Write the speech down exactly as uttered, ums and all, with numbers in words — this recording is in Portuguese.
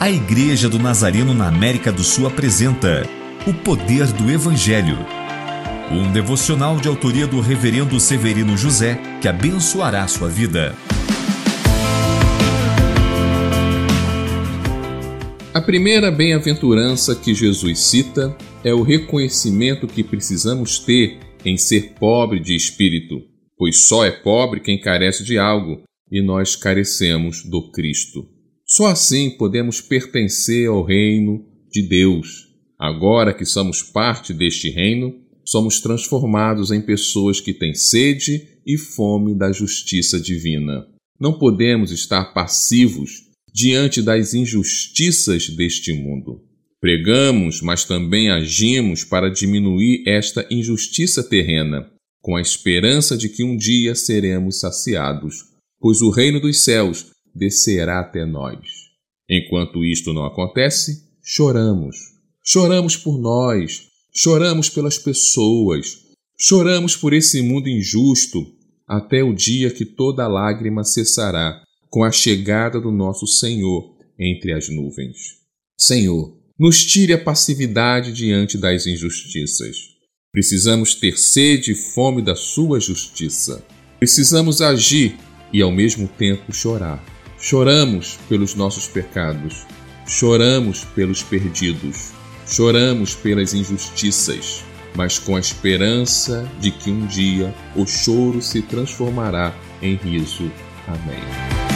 A Igreja do Nazareno na América do Sul apresenta O Poder do Evangelho, um devocional de autoria do Reverendo Severino José, que abençoará sua vida. A primeira bem-aventurança que Jesus cita é o reconhecimento que precisamos ter em ser pobre de espírito, pois só é pobre quem carece de algo, e nós carecemos do Cristo. Só assim podemos pertencer ao reino de Deus. Agora que somos parte deste reino, somos transformados em pessoas que têm sede e fome da justiça divina. Não podemos estar passivos diante das injustiças deste mundo. Pregamos, mas também agimos para diminuir esta injustiça terrena, com a esperança de que um dia seremos saciados, pois o reino dos céus descerá até nós. Enquanto isto não acontece, choramos. Choramos por nós, choramos pelas pessoas, choramos por esse mundo injusto, até o dia que toda lágrima cessará com a chegada do nosso Senhor entre as nuvens. Senhor, nos tire a passividade diante das injustiças. Precisamos ter sede e fome da sua justiça. Precisamos agir e ao mesmo tempo chorar. Choramos pelos nossos pecados, choramos pelos perdidos, choramos pelas injustiças, mas com a esperança de que um dia o choro se transformará em riso. Amém.